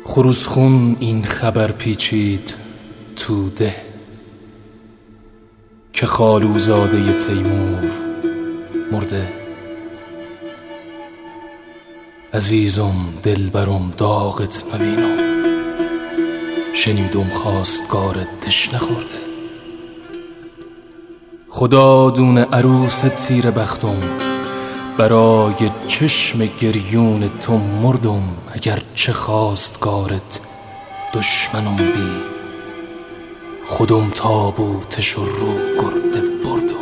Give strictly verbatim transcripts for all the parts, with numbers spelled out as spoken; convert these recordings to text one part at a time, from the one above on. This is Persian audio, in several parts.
خروسخون این خبر پیچید تو ده که خالوزاده تیمور مرده. عزیزم دلبرم داغت نبینم، شنیدم خواستگارت دشنه خورده. خدا دون عروس تیر بختم، برای چشم گریون تو مردم. اگر چه خواستگارت دشمنم بی، خودم تابوتش رو گرده بردم.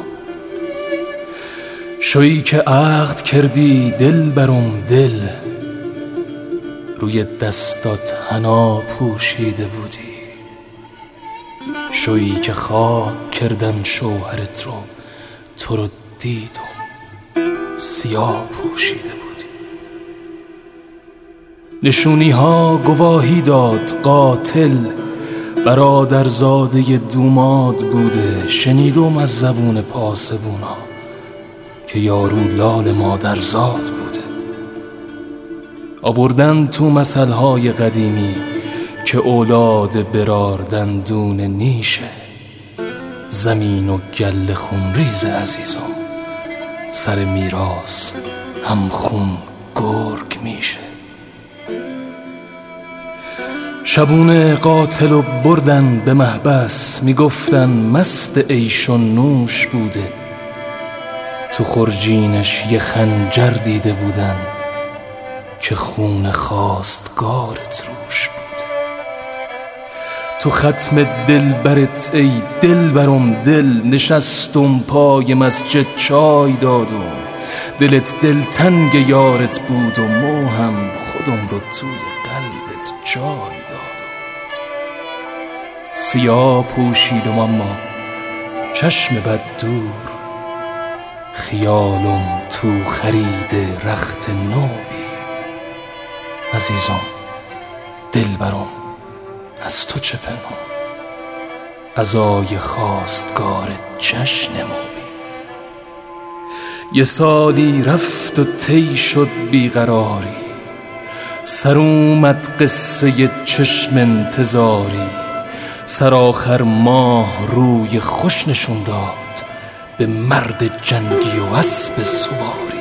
شوی که عقد کردی دل برم دل، روی دستات حنا پوشیده بودی. شوی که خاک کردن شوهرت رو، تو رو دیدم سیاه پوشیده بودی. نشونی ها گواهی داد قاتل برادرزاده دوماد بوده. شنیدم از زبون پاسبونا که یارو لال مادرزاد بوده. آوردن تو مثلهای قدیمی که اولاد برار دندون نیشه. زمین و گل خونریز عزیزم، سر میراث هم خون گرگ میشه. شبونه قاتل و بردن به محبس، میگفتن مست عیش و نوش بوده. تو خرجینش یه خنجر دیده بودن که خون خواستگارت روش بوده. تو ختم دل برت ای دل برم دل، نشستم پای مسجد چای دادم. دلت دلتنگ یارت بود و مو هم خودم رو توی قلبت جای دادم. سیاه پوشیدم اما چشم بد دور، خیالم تو خرید رخت نوبی. عزیزم دل برم از تو چه پنهان، عزای خواستگار جشن موبی. یه سالی رفت و طی شد بیقراری، سر اومد قصه چشم انتظاری. سرآخر ماه روی خوش نشون داد به مرد جنگی و اسب سواری.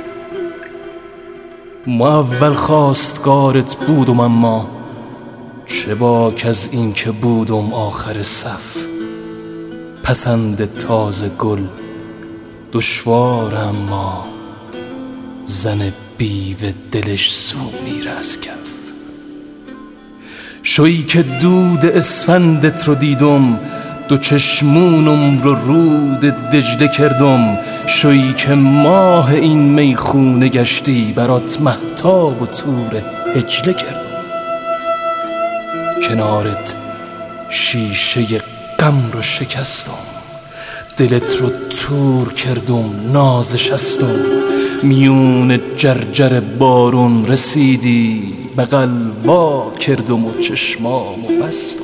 ما اول خواستگارت بودم اما چه باک از این که بودم آخر صف. پسند تازه گل دشوار اما زن بیوه دلش سو میره از کف. شوی که دود اسفندت رو دیدم، دو چشمونم رو رود دجله کردم. شوی که ماه این میخونه گشتی، برات مهتاب و تور هجله کردم. کنارت شیشه غم رو شکستم، دلت رو تور کردم نازشستم. میون جرجر بارون رسیدی، بغل وا کردم و چشمامو بستم.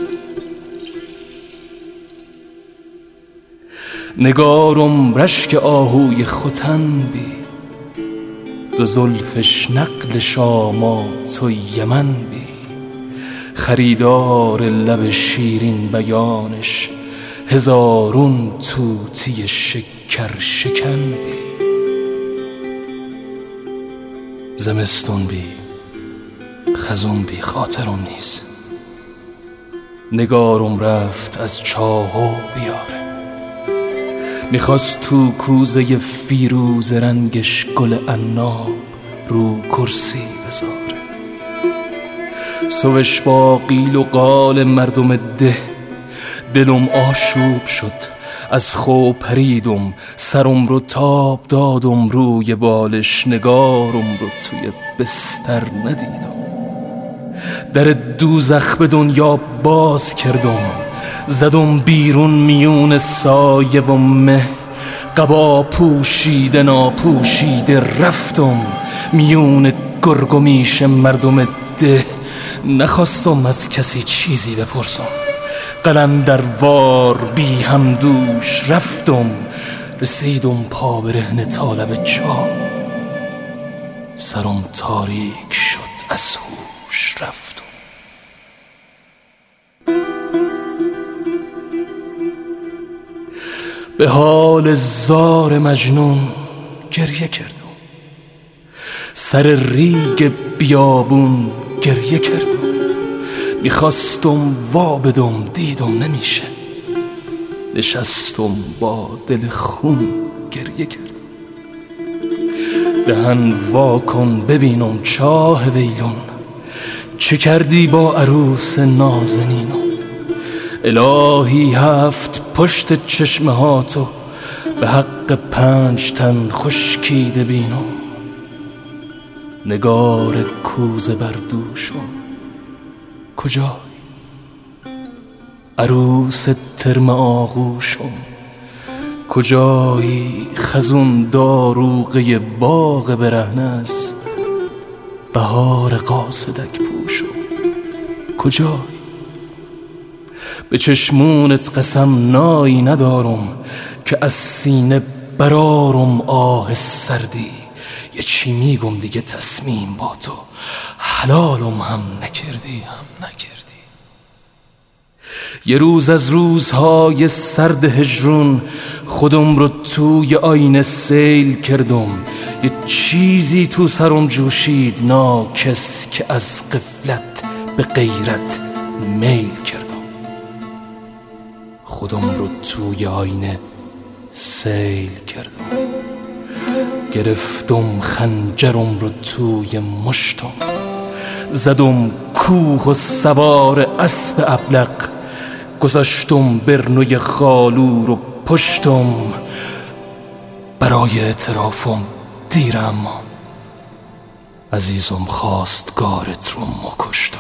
نگارم رشک آهوی ختن بی، دو زلفش نقل شامات و یمن بی. خریدار لب شیرین بیانش، هزارون توتی شکر شکن بی. زمستون بی خزون بی خاطرم نیست، نگارم رفت از چاه و بیاره. میخواست تو کوزه فیروز رنگش گل عناب رو کرسی بذاره. صبش با قیل و قال مردم ده، دلم آشوب شد از خواب پریدم. سرم رو تاب دادم روی بالش، نگارم رو توی بستر ندیدم. در دوزخ به دنیا باز کردم، زدم بیرون میون سایه و مه. قبا پوشیده ناپوشیده رفتم میون گرگ و میش مردم ده. نخواستم از کسی چیزی بپرسم، قلندر وار بی هم دوش رفتم. رسیدم پا برهنه طالب چاه، سرم تاریک شد از هوش رفتم. به حال زار مجنون گریه کردم، سر ریگ بیابون گریه کردم، میخواستم وا بدم دیدم نمیشه، نشستم با دل خون گریه کردم. دهن وا کن ببینم چاه ویلون، چه کردی با عروس نازنینم. الهی هفت پشت چشمه ها تو به حق پنج تن خشکیده بینم. نگار کوزه بر دوشم کجای؟ عروس ترم آغوشم کجایی؟ خزون داروغه باغ برهنه از بهار قاصدک پوشم کجایی؟ به چشمونت قسم نایی ندارم که از سینه برارم آه سردی. یه چی میگم دیگه تصمیم با تو حلالم هم نکردی هم نکردی. یه روز از روزهای سرد هجرون خودم رو توی آینه سیل کردم. یه چیزی تو سرم جوشید ناکس که از غفلت به غیرت میل کردم. خودم رو توی آینه سیل کردم، گرفتم خنجرم رو توی مشتم، زدم کوه و سوار اسب ابلق، گذاشتم برنوی خالو رو پشتم. برای اعترافم دیر اما عزیزم خواستگارت رو مکشتم.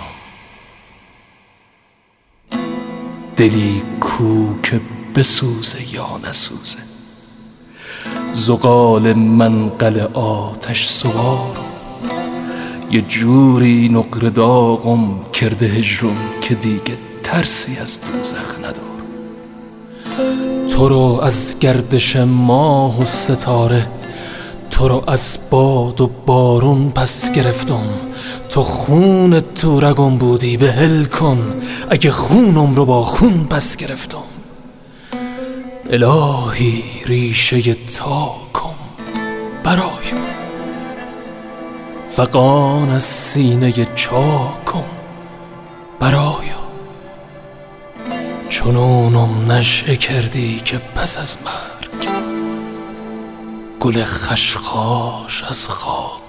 دلی کو که بسوزه یا نسوزه، زغال منقل آتش سوارم، یه جوری نقره داغم کرده هجرم که دیگه ترسی از دوزخ ندارم. تو رو از گردش ماه و ستاره، تو رو از باد و بارون پس گرفتم. تو خون تو رگم بودی به هل کن، اگه خونم رو با خون پس گرفتم. الهی ریشه تاکم برایم، فغان از سینه چاکم برایا. چنونم نشأه کردی که پس از مرگ گل خشخاش از خاک